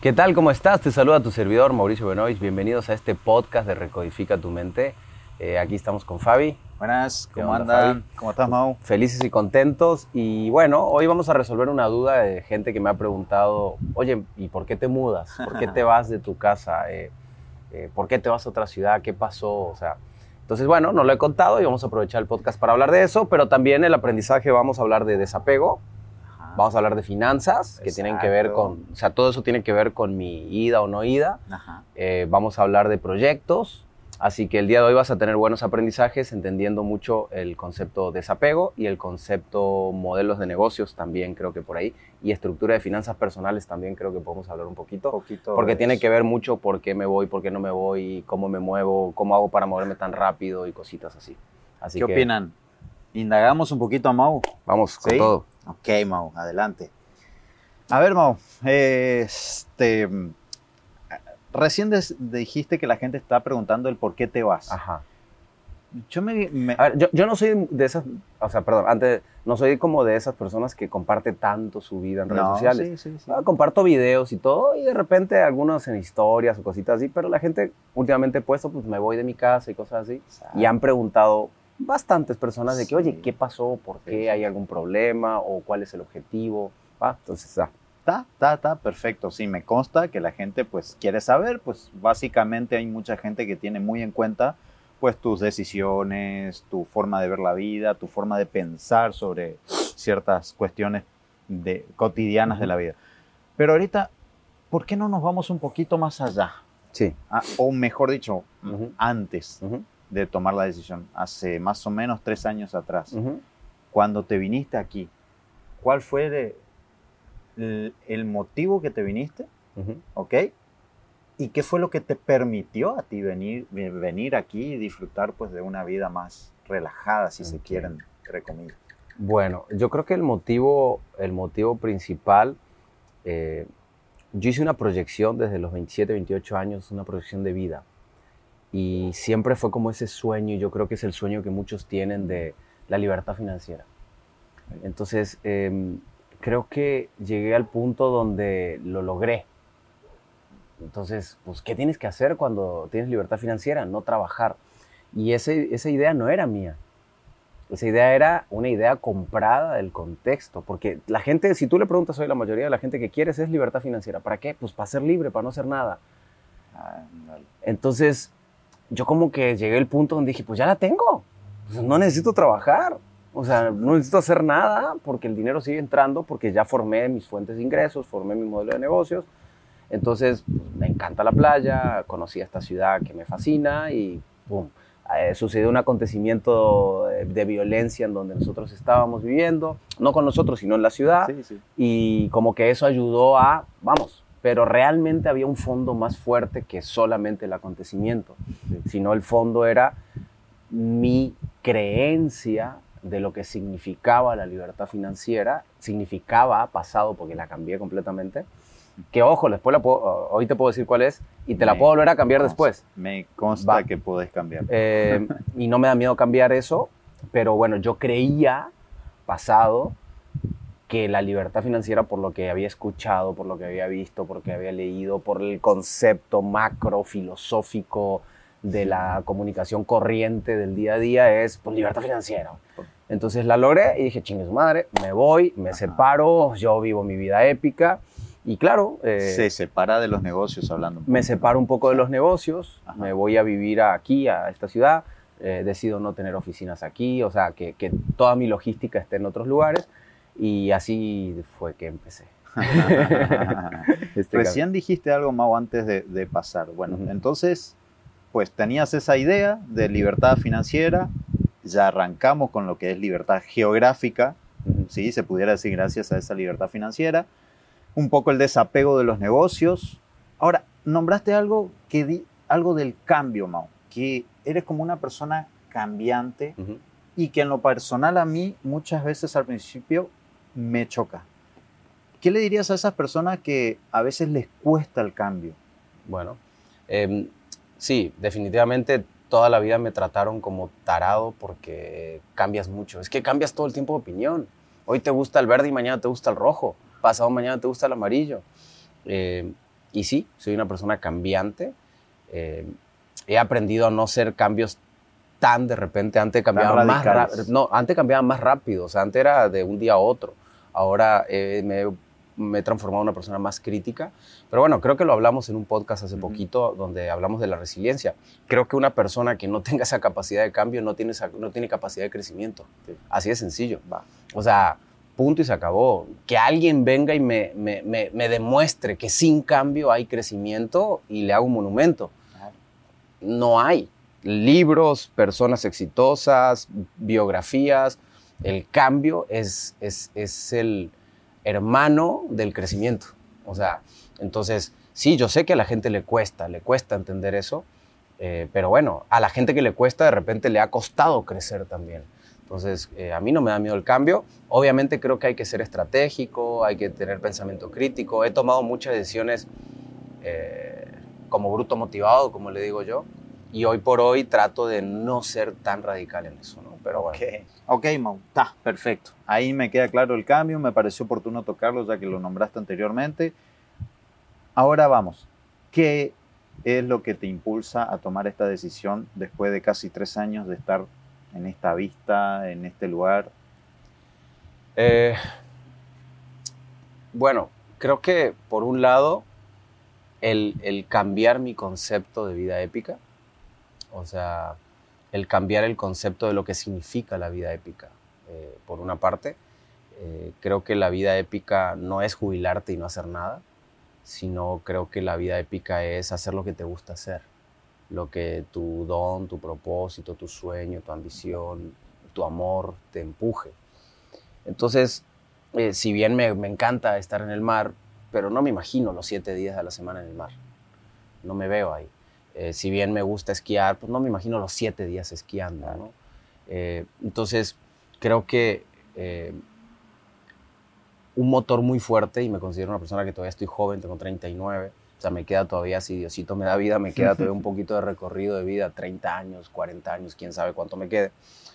¿Qué tal? ¿Cómo estás? Te saluda tu servidor Mauricio Benovich. Bienvenidos a este podcast de Recodifica tu Mente. Aquí estamos con Fabi. Buenas, ¿Qué ¿cómo onda, andan? Fabi? ¿Cómo estás, Mau? Felices y contentos. Y bueno, hoy vamos a resolver una duda de gente que me ha preguntado, oye, ¿y por qué te mudas? ¿Por qué te vas de tu casa? ¿Por qué te vas a otra ciudad? ¿Qué pasó? O sea, entonces, bueno, no lo he contado y vamos a aprovechar el podcast para hablar de eso, pero también el aprendizaje vamos a hablar de desapego. Vamos a hablar de finanzas, que tienen que ver con, o sea, todo eso tiene que ver con mi ida o no ida. Vamos a hablar de proyectos, así que el día de hoy vas a tener buenos aprendizajes entendiendo mucho el concepto desapego y el concepto modelos de negocios también creo que por ahí, y estructura de finanzas personales también creo que podemos hablar un poquito porque tiene que ver mucho por qué me voy, por qué no me voy, cómo me muevo, cómo hago para moverme tan rápido y cositas así. ¿Qué opinan? ¿Indagamos un poquito a Mau? Vamos con ¿Sí? todo. Ok, Mau, adelante. A ver, Mau, recién dijiste que la gente está preguntando el por qué te vas. Ajá. A ver, yo no soy de esas, o sea, perdón, antes, no soy como de esas personas que comparte tanto su vida en redes sociales. Sí. Comparto videos y todo, y de repente algunos en historias o cositas así, pero la gente últimamente ha puesto, pues me voy de mi casa y cosas así, y han preguntado bastantes personas de que, oye, ¿qué pasó? ¿Por qué? ¿Hay algún problema? ¿O cuál es el objetivo? Entonces, Está perfecto. Sí, me consta que la gente pues quiere saber, pues básicamente hay mucha gente que tiene muy en cuenta pues tus decisiones, tu forma de ver la vida, tu forma de pensar sobre ciertas cuestiones cotidianas de la vida. Pero ahorita, ¿por qué no nos vamos un poquito más allá? Sí. O mejor dicho, antes de tomar la decisión, hace más o menos 3 años atrás, cuando te viniste aquí, ¿cuál fue el motivo que te viniste? ¿Ok? ¿Y qué fue lo que te permitió a ti venir aquí y disfrutar pues de una vida más relajada, si se quieren, entre comillas? Bueno, yo creo que el motivo principal, yo hice una proyección desde los 27, 28 años, una proyección de vida. Y siempre fue como ese sueño, y yo creo que es el sueño que muchos tienen de la libertad financiera. Entonces, creo que llegué al punto donde lo logré. Entonces, pues, ¿qué tienes que hacer cuando tienes libertad financiera? No trabajar. Y esa idea no era mía. Esa idea era una idea comprada del contexto. Porque la gente, si tú le preguntas hoy, la mayoría de la gente que quieres es libertad financiera. ¿Para qué? Pues para ser libre, para no hacer nada. Entonces, yo como que llegué al punto donde dije, pues ya la tengo. Pues no necesito trabajar. O sea, no necesito hacer nada porque el dinero sigue entrando, porque ya formé mis fuentes de ingresos, formé mi modelo de negocios. Entonces, pues, me encanta la playa, conocí a esta ciudad que me fascina y ¡pum! Sucedió un acontecimiento de violencia en donde nosotros estábamos viviendo, no con nosotros, sino en la ciudad. Sí. Y como que eso ayudó a, vamos, pero realmente había un fondo más fuerte que solamente el acontecimiento, sino el fondo era mi creencia de lo que significaba la libertad financiera, significaba pasado porque la cambié completamente, que ojo, después hoy te puedo decir cuál es y te la puedo volver a cambiar después. Me consta que podés cambiar. Y no me da miedo cambiar eso, pero bueno, yo creía, pasado, que la libertad financiera, por lo que había escuchado, por lo que había visto, por lo que había leído, por el concepto macro filosófico de la comunicación corriente del día a día, es pues, libertad financiera. Entonces la logré y dije, chingue su madre, me voy, me separo, yo vivo mi vida épica. Y claro... se separa de los negocios hablando. Me separo un poco de los negocios, me voy a vivir aquí, a esta ciudad, decido no tener oficinas aquí, o sea, que toda mi logística esté en otros lugares y así fue que empecé. Recién dijiste algo, Mau, antes de pasar. Bueno, entonces, pues tenías esa idea de libertad financiera, ya arrancamos con lo que es libertad geográfica, ¿sí? Se pudiera decir gracias a esa libertad financiera. Un poco el desapego de los negocios. Ahora, nombraste algo del cambio, Mau, que eres como una persona cambiante y que en lo personal a mí muchas veces al principio me choca. ¿Qué le dirías a esas personas que a veces les cuesta el cambio? Bueno, sí, definitivamente toda la vida me trataron como tarado porque cambias mucho. Es que cambias todo el tiempo de opinión. Hoy te gusta el verde y mañana te gusta el rojo. Pasado mañana te gusta el amarillo. Y sí, soy una persona cambiante. He aprendido a no hacer cambios tan de repente. Antes cambiaba más rápido. No, antes cambiaba más rápido. O sea, antes era de un día a otro. Ahora me he transformado en una persona más crítica. Pero bueno, creo que lo hablamos en un podcast hace poquito donde hablamos de la resiliencia. Creo que una persona que no tenga esa capacidad de cambio no tiene capacidad de crecimiento. Sí. Así de sencillo. Va. O sea, punto y se acabó. Que alguien venga y me demuestre que sin cambio hay crecimiento y le hago un monumento. No hay. Libros, personas exitosas, biografías. El cambio es el hermano del crecimiento. O sea, entonces, sí, yo sé que a la gente le cuesta entender eso, pero bueno, a la gente que le cuesta, de repente le ha costado crecer también. Entonces, a mí no me da miedo el cambio. Obviamente creo que hay que ser estratégico, hay que tener pensamiento crítico. He tomado muchas decisiones como bruto motivado, como le digo yo, y hoy por hoy trato de no ser tan radical en eso, ¿no? Pero bueno. Ok, Mau, está perfecto. Ahí me queda claro el cambio, me pareció oportuno tocarlo ya que lo nombraste anteriormente. Ahora vamos, ¿qué es lo que te impulsa a tomar esta decisión después de casi 3 años de estar en esta vista, en este lugar? Bueno, creo que por un lado el cambiar mi concepto de vida épica, o sea, el cambiar el concepto de lo que significa la vida épica. Por una parte, creo que la vida épica no es jubilarte y no hacer nada, sino creo que la vida épica es hacer lo que te gusta hacer, lo que tu don, tu propósito, tu sueño, tu ambición, tu amor te empuje. Entonces, si bien me encanta estar en el mar, pero no me imagino los 7 días a la semana en el mar. No me veo ahí. Si bien me gusta esquiar, pues no me imagino los 7 días esquiando, ¿no? Entonces, creo que un motor muy fuerte, y me considero una persona que todavía estoy joven, tengo 39, o sea, me queda todavía, si Diosito me da vida, me queda todavía un poquito de recorrido de vida, 30 años, 40 años, quién sabe cuánto me quede.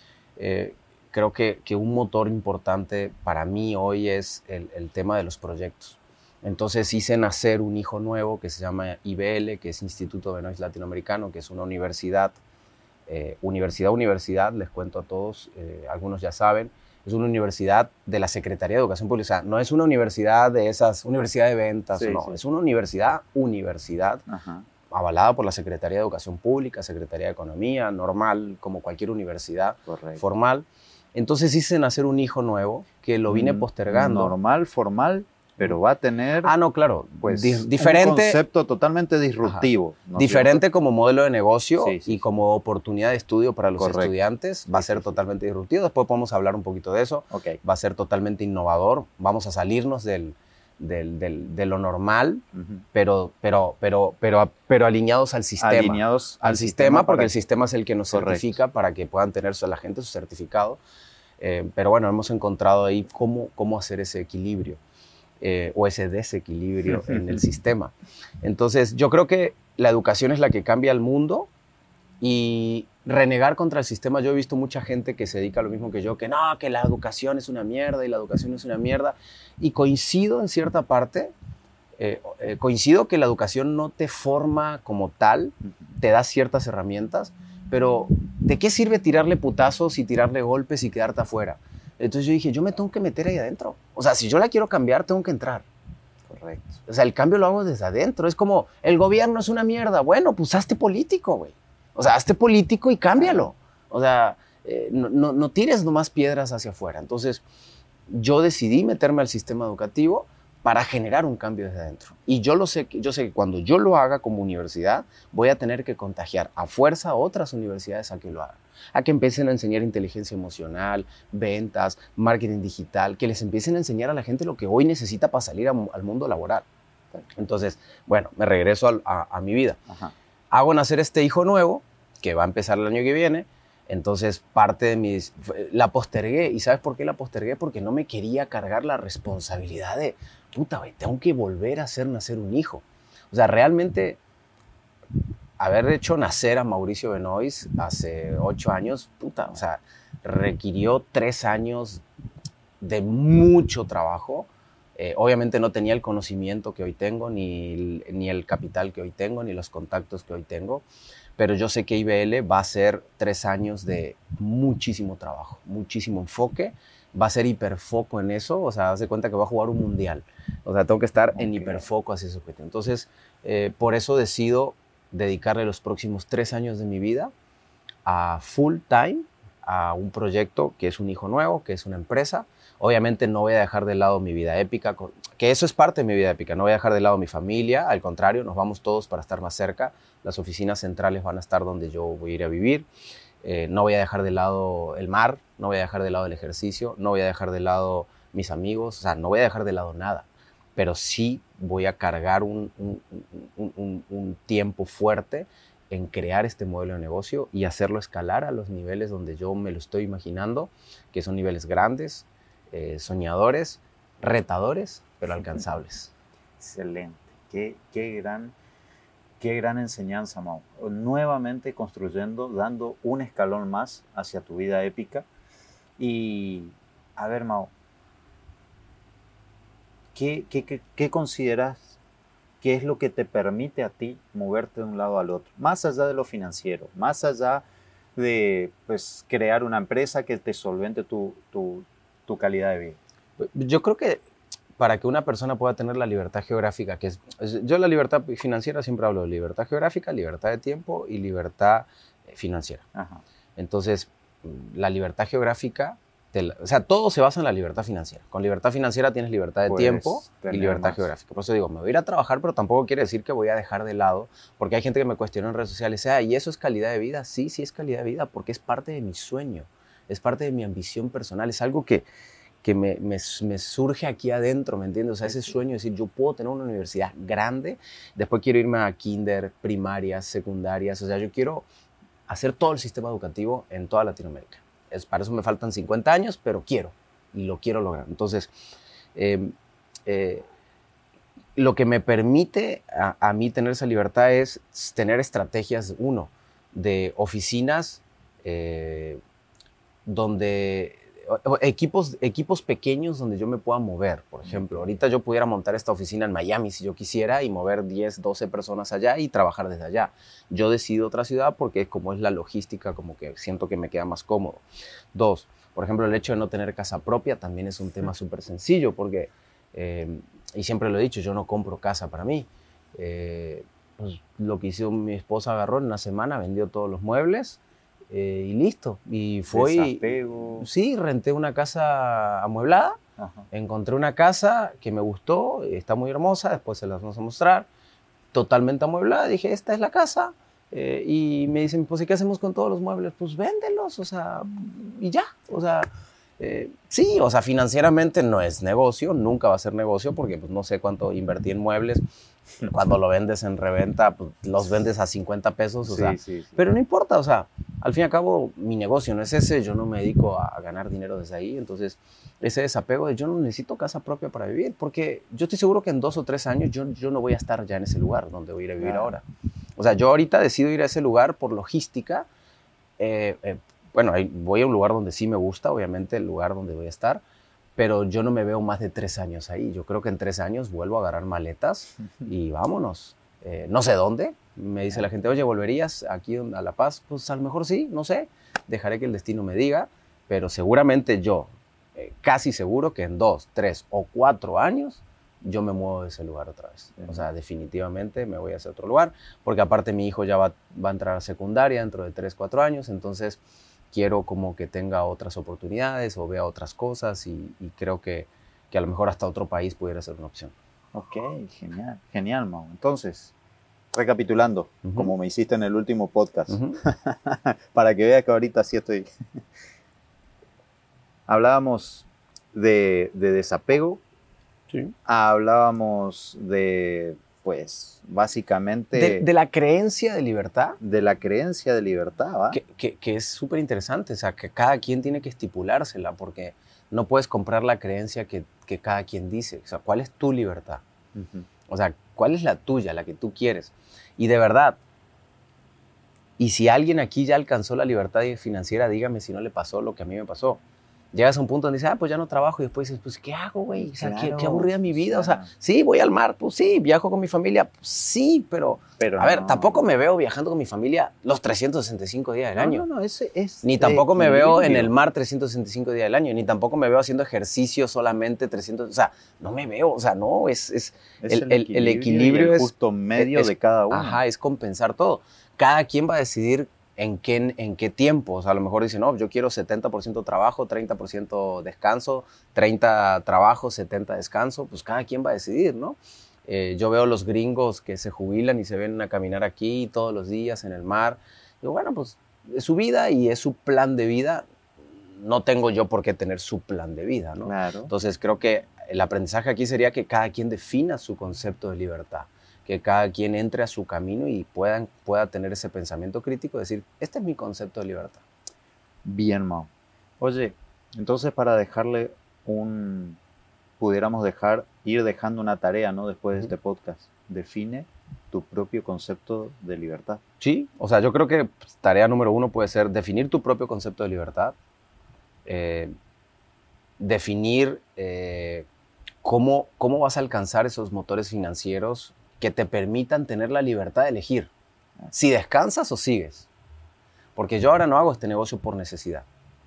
Creo que un motor importante para mí hoy es el tema de los proyectos. Entonces hice nacer un hijo nuevo que se llama IBL, que es Instituto Benoist Latinoamericano, que es una universidad, universidad, les cuento a todos, algunos ya saben, es una universidad de la Secretaría de Educación Pública. O sea, no es una universidad de esas, universidad de ventas, sí, no, sí. Es una universidad, Ajá. Avalada por la Secretaría de Educación Pública, Secretaría de Economía, normal, como cualquier universidad formal. Entonces hice nacer un hijo nuevo que lo vine postergando. Normal, formal, pero va a tener... no, claro, pues diferente, un concepto totalmente disruptivo. ¿No diferente como modelo de negocio y como oportunidad de estudio para los estudiantes. Va a ser totalmente disruptivo. Después podemos hablar un poquito de eso. Va a ser totalmente innovador. Vamos a salirnos de lo normal, pero alineados al sistema. Alineados al sistema, porque el sistema es el que nos certifica para que puedan tener a la gente su certificado. Pero bueno, hemos encontrado ahí cómo hacer ese equilibrio. O ese desequilibrio en el sistema. Entonces, yo creo que la educación es la que cambia el mundo y renegar contra el sistema. Yo he visto mucha gente que se dedica a lo mismo que yo, que no, que la educación es una mierda y la educación es una mierda. Y coincido en cierta parte, coincido que la educación no te forma como tal, te da ciertas herramientas, pero ¿de qué sirve tirarle putazos y tirarle golpes y quedarte afuera? Entonces yo dije, yo me tengo que meter ahí adentro. O sea, si yo la quiero cambiar, tengo que entrar. Correcto. O sea, el cambio lo hago desde adentro. Es como, el gobierno es una mierda. Bueno, pues hazte político, güey. O sea, hazte político y cámbialo. O sea, no tires nomás piedras hacia afuera. Entonces, yo decidí meterme al sistema educativo para generar un cambio desde adentro. Y yo sé que cuando yo lo haga como universidad, voy a tener que contagiar a fuerza a otras universidades a que lo hagan. A que empiecen a enseñar inteligencia emocional, ventas, marketing digital, que les empiecen a enseñar a la gente lo que hoy necesita para salir al mundo laboral. Entonces, bueno, me regreso a mi vida. Ajá. Hago nacer este hijo nuevo, que va a empezar el año que viene. Entonces, parte de la postergué. ¿Y sabes por qué la postergué? Porque no me quería cargar la responsabilidad de, puta, güey, tengo que volver a hacer nacer un hijo. O sea, realmente, haber hecho nacer a Mauricio Benoist hace 8 años, puta, o sea, requirió 3 años de mucho trabajo, Obviamente no tenía el conocimiento que hoy tengo, ni el capital que hoy tengo, ni los contactos que hoy tengo, pero yo sé que IBL va a ser 3 años de muchísimo trabajo, muchísimo enfoque, va a ser hiperfoco en eso, o sea, haz de cuenta que va a jugar un mundial, o sea, tengo que estar en hiperfoco hacia ese objetivo. Entonces, por eso decido dedicarle los próximos 3 años de mi vida a full time, a un proyecto que es un hijo nuevo, que es una empresa. Obviamente no voy a dejar de lado mi vida épica, que eso es parte de mi vida épica. No voy a dejar de lado mi familia, al contrario, nos vamos todos para estar más cerca. Las oficinas centrales van a estar donde yo voy a ir a vivir. No voy a dejar de lado el mar, no voy a dejar de lado el ejercicio, no voy a dejar de lado mis amigos, o sea, no voy a dejar de lado nada. Pero sí voy a cargar un tiempo fuerte en crear este modelo de negocio y hacerlo escalar a los niveles donde yo me lo estoy imaginando, que son niveles grandes, soñadores, retadores, pero alcanzables. Excelente. Qué gran enseñanza, Mau. Nuevamente construyendo, dando un escalón más hacia tu vida épica. Y, a ver, Mau, ¿qué consideras que es lo que te permite a ti moverte de un lado al otro? Más allá de lo financiero, más allá de pues, crear una empresa que te solvente tu calidad de vida. Yo creo que para que una persona pueda tener la libertad geográfica, yo la libertad financiera siempre hablo de libertad geográfica, libertad de tiempo y libertad financiera. Ajá. Entonces, la libertad geográfica, o sea, todo se basa en la libertad financiera. Con libertad financiera tienes libertad de tiempo y libertad geográfica. Por eso digo, me voy a ir a trabajar, pero tampoco quiere decir que voy a dejar de lado, porque hay gente que me cuestiona en redes sociales, ¿y eso es calidad de vida? Sí, sí es calidad de vida, porque es parte de mi sueño, es parte de mi ambición personal, es algo que me surge aquí adentro, ¿me entiendes? O sea, ese sueño de decir, yo puedo tener una universidad grande, después quiero irme a kinder, primarias, secundarias, o sea, yo quiero hacer todo el sistema educativo en toda Latinoamérica. Para eso me faltan 50 años, pero quiero, y lo quiero lograr. Entonces, lo que me permite a mí tener esa libertad es tener estrategias, de oficinas donde equipos pequeños donde yo me pueda mover. Por ejemplo, ahorita yo pudiera montar esta oficina en Miami si yo quisiera y mover 10, 12 personas allá y trabajar desde allá. Yo decido otra ciudad porque como es la logística, como que siento que me queda más cómodo. 2, por ejemplo, el hecho de no tener casa propia también es un tema súper sencillo porque, y siempre lo he dicho, yo no compro casa para mí. Pues, lo que hizo mi esposa, agarró en una semana, vendió todos los muebles, y listo. Y fue. Desapego. Sí, renté una casa amueblada. Ajá. Encontré una casa que me gustó, está muy hermosa, después se las vamos a mostrar. Totalmente amueblada. Dije, esta es la casa. Y me dicen, pues, ¿y qué hacemos con todos los muebles? Pues véndelos, o sea, y ya. O sea, sí, o sea, financieramente no es negocio, nunca va a ser negocio porque pues, no sé cuánto invertí en muebles. Cuando lo vendes en reventa, pues, los vendes a 50 pesos, o sea, sí. Pero no importa, o sea, al fin y al cabo, mi negocio no es ese, yo no me dedico a ganar dinero desde ahí, entonces, ese desapego de yo no necesito casa propia para vivir, porque yo estoy seguro que en 2 o 3 años yo no voy a estar ya en ese lugar donde voy a ir a vivir ahora. O sea, yo ahorita decido ir a ese lugar por logística, bueno, voy a un lugar donde sí me gusta, obviamente, el lugar donde voy a estar, pero yo no me veo más de 3 años ahí. Yo creo que en 3 años vuelvo a agarrar maletas y vámonos. No sé dónde. Me dice la gente, oye, ¿volverías aquí a La Paz? Pues a lo mejor sí, no sé. Dejaré que el destino me diga, pero seguramente yo, casi seguro que en 2, 3 o 4 años yo me muevo de ese lugar otra vez. O sea, definitivamente me voy a ese otro lugar, porque aparte mi hijo ya va a entrar a secundaria dentro de 3, 4 años, entonces quiero como que tenga otras oportunidades o vea otras cosas y creo que a lo mejor hasta otro país pudiera ser una opción. Ok, genial, genial, Mau. Entonces, recapitulando, como me hiciste en el último podcast, para que vea que ahorita sí estoy... Hablábamos de desapego, sí. Hablábamos de... pues básicamente... De la creencia de libertad. De la creencia de libertad, ¿va? Que es súper interesante, o sea, que cada quien tiene que estipulársela, porque no puedes comprar la creencia que cada quien dice. O sea, ¿cuál es tu libertad? O sea, ¿cuál es la tuya, la que tú quieres? Y de verdad, y si alguien aquí ya alcanzó la libertad financiera, dígame si no le pasó lo que a mí me pasó. llegas a un punto donde dices, pues ya no trabajo, y después dices, pues ¿qué hago, güey? O sea, Claro, qué aburrida mi vida. claro. O sea, sí, voy al mar, pues sí, viajo con mi familia, pues sí, pero a ver, no. tampoco me veo viajando con mi familia los 365 días del año. No, ese es Ni tampoco me veo en el equilibrio. mar 365 días del año, ni tampoco me veo haciendo ejercicio solamente 300, o sea, no me veo, o sea, no, es el equilibrio y el es justo medio de cada uno. Ajá, es compensar todo. Cada quien va a decidir en qué tiempo. O sea, a lo mejor dice, no, yo quiero 70% trabajo, 30% descanso, 30 trabajo, 70 descanso. Pues cada quien va a decidir, ¿no? Yo veo los gringos que se jubilan y se ven a caminar aquí todos los días en el mar. Digo, bueno, pues es su vida y es su plan de vida. No tengo yo por qué tener su plan de vida, ¿no? Claro. Entonces creo que el aprendizaje aquí sería que cada quien defina su concepto de libertad, que cada quien entre a su camino y pueda tener ese pensamiento crítico, decir, este es mi concepto de libertad. Bien, Mau. Oye, entonces para dejarle pudiéramos ir dejando una tarea, ¿no? Después de este podcast. Define tu propio concepto de libertad. Sí, o sea, yo creo que tarea número 1 puede ser definir tu propio concepto de libertad, definir cómo vas a alcanzar esos motores financieros que te permitan tener la libertad de elegir si descansas o sigues. Porque yo ahora no hago este negocio por necesidad.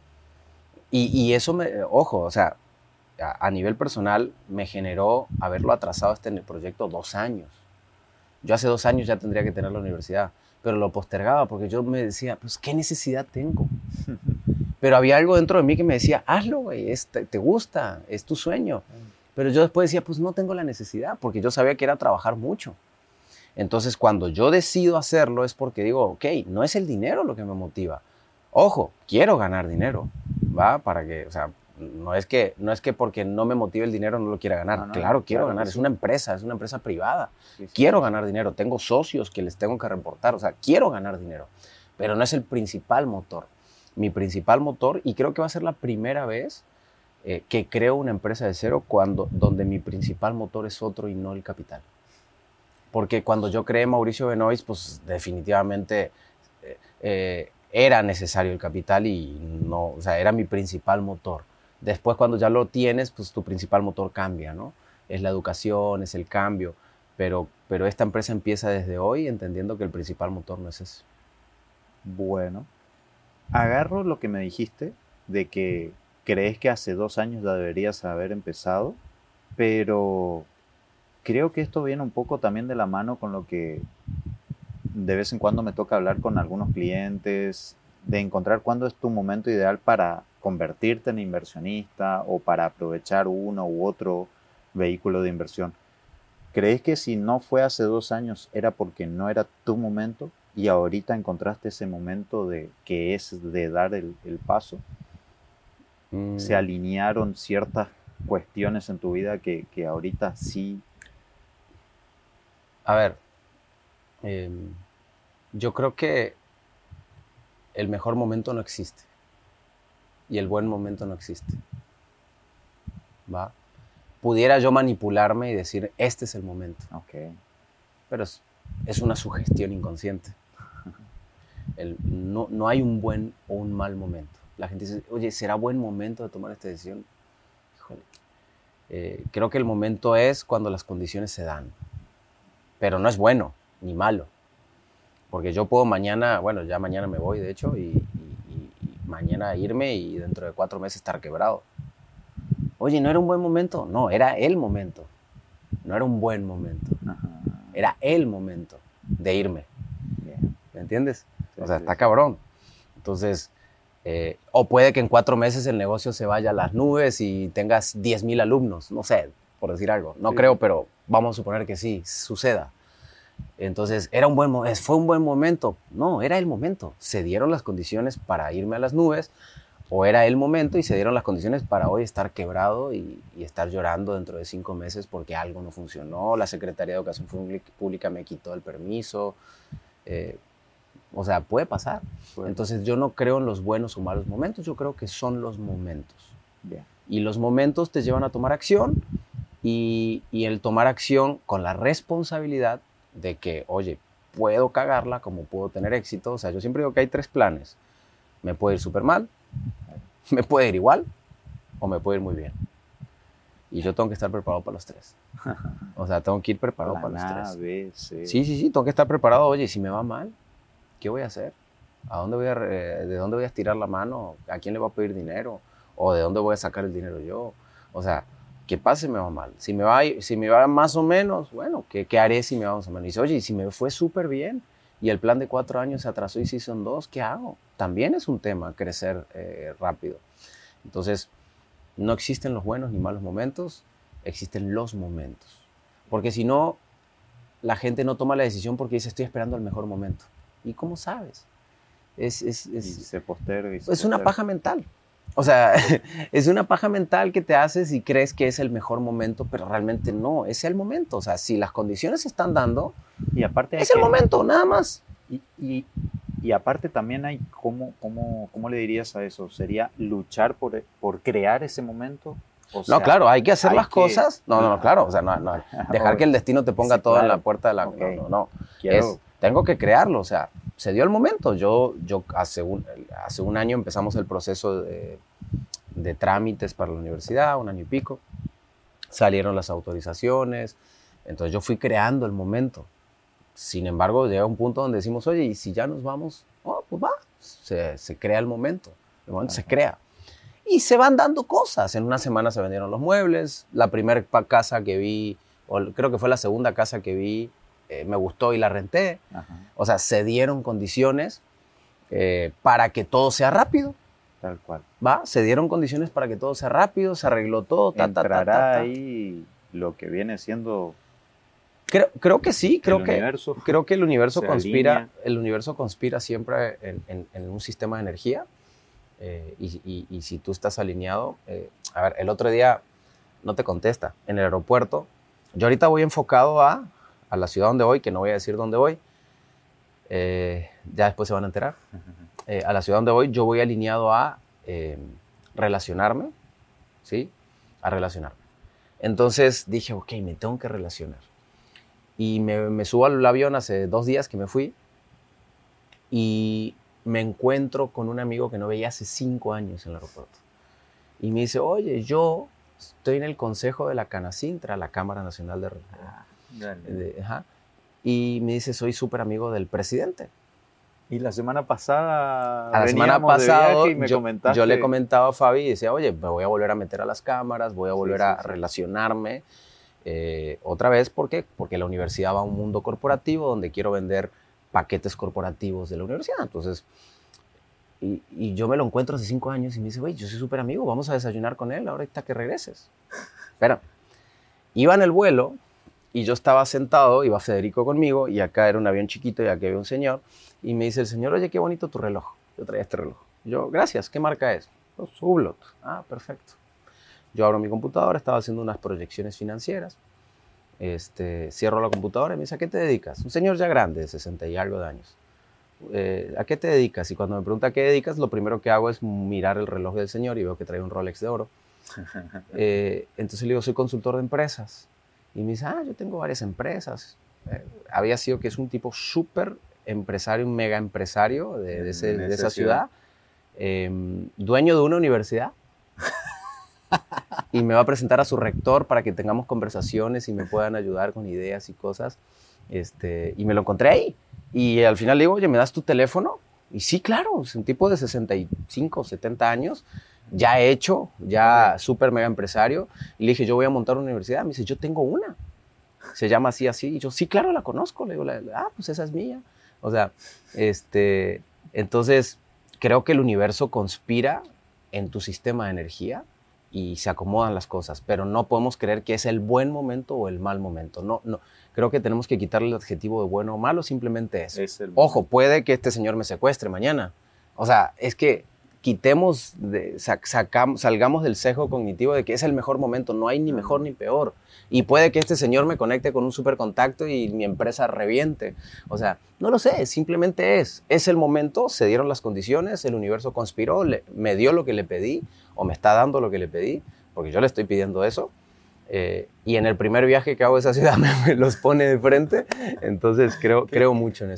Y eso, ojo, o sea, a nivel personal me generó haberlo atrasado este proyecto 2 años. Yo hace 2 años ya tendría que tener la universidad, pero lo postergaba porque yo me decía, pues, ¿qué necesidad tengo? Pero había algo dentro de mí que me decía, hazlo, güey, te gusta, es tu sueño. Pero yo después decía, pues no tengo la necesidad, porque yo sabía que era trabajar mucho. Entonces, cuando yo decido hacerlo es porque digo, ok, no es el dinero lo que me motiva. Ojo, quiero ganar dinero, ¿va? Para que, o sea, no es que porque no me motive el dinero no lo quiera ganar. No, claro, quiero ganar. Es una empresa privada. Sí, quiero ganar dinero. Tengo socios que les tengo que reportar. O sea, quiero ganar dinero. Pero no es el principal motor. Mi principal motor, y creo que va a ser la primera vez que creo una empresa de cero donde mi principal motor es otro y no el capital. Porque cuando yo creé Mauricio Benoist, pues definitivamente era necesario el capital y no, o sea, era mi principal motor. Después cuando ya lo tienes, pues tu principal motor cambia, ¿no? Es la educación, es el cambio, pero esta empresa empieza desde hoy entendiendo que el principal motor no es ese. Bueno, agarro lo que me dijiste de que crees que hace 2 años ya deberías haber empezado, pero creo que esto viene un poco también de la mano con lo que de vez en cuando me toca hablar con algunos clientes, de encontrar cuándo es tu momento ideal para convertirte en inversionista o para aprovechar uno u otro vehículo de inversión. ¿Crees que si no fue hace 2 años era porque no era tu momento y ahorita encontraste ese momento que es de dar el paso? ¿Se alinearon ciertas cuestiones en tu vida que ahorita sí? A ver, yo creo que el mejor momento no existe y el buen momento no existe, ¿va? Pudiera yo manipularme y decir, este es el momento. Okay. Pero es una sugestión inconsciente. No hay un buen o un mal momento. La gente dice, oye, ¿será buen momento de tomar esta decisión? Híjole. Creo que el momento es cuando las condiciones se dan. Pero no es bueno ni malo. Porque yo puedo mañana, bueno, ya mañana me voy, de hecho, y mañana irme y dentro de 4 meses estar quebrado. Oye, ¿no era un buen momento? No, era el momento. No era un buen momento. Era el momento de irme. ¿Me entiendes? O sea, está cabrón. Entonces, o puede que en 4 meses el negocio se vaya a las nubes y tengas 10,000 alumnos. No sé, por decir algo. No creo, pero vamos a suponer que sí, suceda. Entonces, ¿fue un buen momento? No, era el momento. Se dieron las condiciones para irme a las nubes, o era el momento y se dieron las condiciones para hoy estar quebrado y estar llorando dentro de 5 meses porque algo no funcionó, la Secretaría de Educación Pública me quitó el permiso. O sea, puede pasar. Entonces, yo no creo en los buenos o malos momentos, yo creo que son los momentos. Bien. Y los momentos te llevan a tomar acción y el tomar acción con la responsabilidad de que, oye, puedo cagarla como puedo tener éxito. O sea, yo siempre digo que hay 3 planes. Me puede ir súper mal, me puede ir igual o me puede ir muy bien. Y yo tengo que estar preparado para los tres. O sea, tengo que ir preparado para los tres. Sí, tengo que estar preparado. Oye, si me va mal, ¿qué voy a hacer? ¿De dónde voy a estirar la mano? ¿A quién le voy a pedir dinero? ¿O de dónde voy a sacar el dinero yo? O sea, ¿qué pasa si me va mal? Si me va más o menos, bueno, ¿qué haré si me va más o menos? Y dice, oye, y si me fue súper bien y el plan de 4 años se atrasó y se hizo en 2, ¿qué hago? También es un tema crecer rápido. Entonces, no existen los buenos ni malos momentos, existen los momentos. Porque si no, la gente no toma la decisión porque dice, estoy esperando el mejor momento. ¿Y cómo sabes? Y se posterga. Es una paja mental. O sea, es una paja mental que te haces y crees que es el mejor momento, pero realmente no, es el momento. O sea, si las condiciones se están dando, y aparte es el momento, nada más. Y aparte también hay, ¿cómo le dirías a eso? ¿Sería luchar por crear ese momento? O sea, no, claro, hay que hacer las cosas. No, claro. O sea, no dejar que el destino te ponga todo en la puerta de la... Okay. No. Tengo que crearlo. O sea, se dio el momento. Yo hace un año empezamos el proceso de trámites para la universidad, 1 año y pico. Salieron las autorizaciones. Entonces yo fui creando el momento. Sin embargo, llega un punto donde decimos, oye, ¿y si ya nos vamos? Oh, pues va. Se crea el momento. El momento se crea. Y se van dando cosas. En una semana se vendieron los muebles. La primera casa que vi, o creo que fue la segunda casa que vi, me gustó y la renté. Ajá. O sea, se dieron condiciones para que todo sea rápido. Tal cual. ¿Va? Se dieron condiciones para que todo sea rápido, se arregló todo. Entrará ahí lo que viene siendo... Creo que sí, creo que el universo conspira siempre en un sistema de energía. Y si tú estás alineado, a ver, el otro día no te contesta, en el aeropuerto, yo ahorita voy enfocado a la ciudad donde voy, que no voy a decir dónde voy, ya después se van a enterar, a la ciudad donde voy, yo voy alineado a relacionarme, ¿sí? A relacionarme. Entonces dije, ok, me tengo que relacionar. Y me subo al avión hace 2 días que me fui y me encuentro con un amigo que no veía hace 5 años en el aeropuerto. Y me dice, oye, yo estoy en el consejo de la Canacintra, la Cámara Nacional de... Y me dice, soy súper amigo del presidente. Y la semana pasada... A la semana pasada yo le comentaba a Fabi y decía, oye, me voy a volver a meter a las cámaras, voy a volver a relacionarme otra vez. ¿Por qué? Porque la universidad va a un mundo corporativo donde quiero vender paquetes corporativos de la universidad. Entonces, y yo me lo encuentro hace 5 años y me dice, güey, yo soy súper amigo, vamos a desayunar con él ahorita que regreses. Espera, iba en el vuelo y yo estaba sentado, iba Federico conmigo y acá era un avión chiquito y aquí había un señor y me dice el señor, oye, qué bonito tu reloj. Yo traía este reloj. Yo, gracias, ¿qué marca es? Hublot. Ah, perfecto. Yo abro mi computadora, estaba haciendo unas proyecciones financieras. Cierro la computadora y me dice, ¿a qué te dedicas? Un señor ya grande, de 60 y algo de años. ¿A qué te dedicas? Y cuando me pregunta a qué dedicas, lo primero que hago es mirar el reloj del señor y veo que trae un Rolex de oro. Entonces le digo, soy consultor de empresas. Y me dice, yo tengo varias empresas. Había sido que es un tipo súper empresario, un mega empresario de esa ciudad. Dueño de una universidad. Y me va a presentar a su rector para que tengamos conversaciones y me puedan ayudar con ideas y cosas. Y me lo encontré ahí. Y al final le digo, oye, ¿me das tu teléfono? Y sí, claro, es un tipo de 65, 70 años, ya hecho, ya súper mega empresario. Y le dije, yo voy a montar una universidad. Me dice, yo tengo una. Se llama así. Y yo, sí, claro, la conozco. Le digo, pues esa es mía. O sea, entonces, creo que el universo conspira en tu sistema de energía y se acomodan las cosas, pero no podemos creer que es el buen momento o el mal momento. No, creo que tenemos que quitarle el adjetivo de bueno o malo, simplemente es ojo, puede que este señor me secuestre mañana. O sea, es que quitemos, salgamos del sesgo cognitivo de que es el mejor momento, no hay ni mejor ni peor. Y puede que este señor me conecte con un super contacto y mi empresa reviente. O sea, no lo sé, simplemente es el momento, se dieron las condiciones, el universo conspiró, me dio lo que le pedí, o me está dando lo que le pedí, porque yo le estoy pidiendo eso. Y en el primer viaje que hago a esa ciudad me los pone de frente, entonces creo mucho en eso.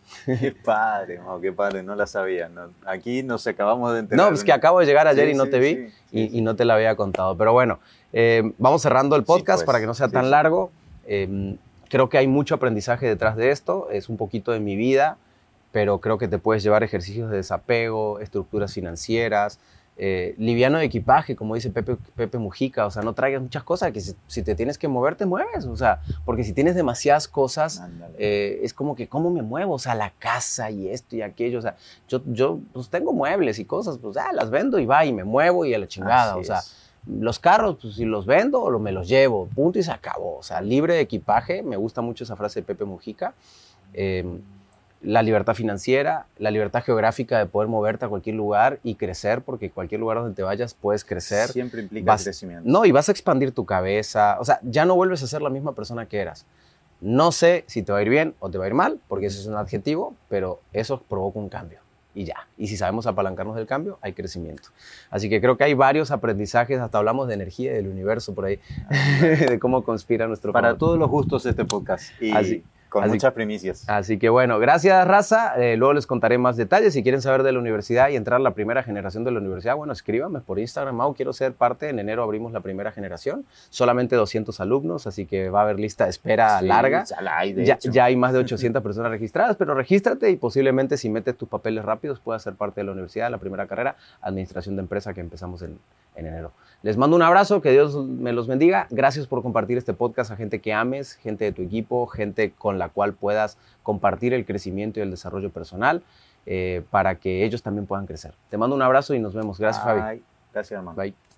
Qué padre, Mau, qué padre, no la sabía. No, aquí nos acabamos de enterar. No, pues que acabo de llegar ayer Sí, y no sí, te vi sí, sí, y no te la había contado. Pero bueno, vamos cerrando el podcast pues, para que no sea sí, tan sí. largo. Creo que hay mucho aprendizaje detrás de esto. Es un poquito de mi vida, pero creo que te puedes llevar ejercicios de desapego, estructuras financieras, liviano de equipaje, como dice Pepe Mujica. O sea, no traigas muchas cosas, que si te tienes que mover, te mueves. O sea, porque si tienes demasiadas cosas, es como que, ¿cómo me muevo? O sea, la casa y esto y aquello. O sea, yo pues tengo muebles y cosas, pues las vendo y va, y me muevo y a la chingada. Así o sea, es. los carros, pues si los vendo o me los llevo, punto y se acabó. O sea, libre de equipaje, me gusta mucho esa frase de Pepe Mujica. La libertad financiera, la libertad geográfica de poder moverte a cualquier lugar y crecer, porque cualquier lugar donde te vayas puedes crecer. Siempre implica crecimiento. No, y vas a expandir tu cabeza. O sea, ya no vuelves a ser la misma persona que eras. No sé si te va a ir bien o te va a ir mal, porque eso es un adjetivo, pero eso provoca un cambio. Y ya. Y si sabemos apalancarnos del cambio, hay crecimiento. Así que creo que hay varios aprendizajes, hasta hablamos de energía y del universo por ahí, de cómo conspira nuestro Para favor. todos los gustos este podcast. Y con muchas primicias. Así que bueno, gracias raza. Luego les contaré más detalles. Si quieren saber de la universidad y entrar a la primera generación de la universidad, bueno, escríbanme por Instagram. Mau, quiero ser parte. En enero abrimos la primera generación. Solamente 200 alumnos, así que va a haber lista de espera larga. Ya hay más de 800 personas registradas, pero regístrate y posiblemente si metes tus papeles rápidos puedas ser parte de la universidad, la primera carrera, administración de empresa, que empezamos en enero. Les mando un abrazo, que Dios me los bendiga. Gracias por compartir este podcast a gente que ames, gente de tu equipo, gente con la cual puedas compartir el crecimiento y el desarrollo personal para que ellos también puedan crecer. Te mando un abrazo y nos vemos. Gracias, Fabi. Gracias, hermano. Bye.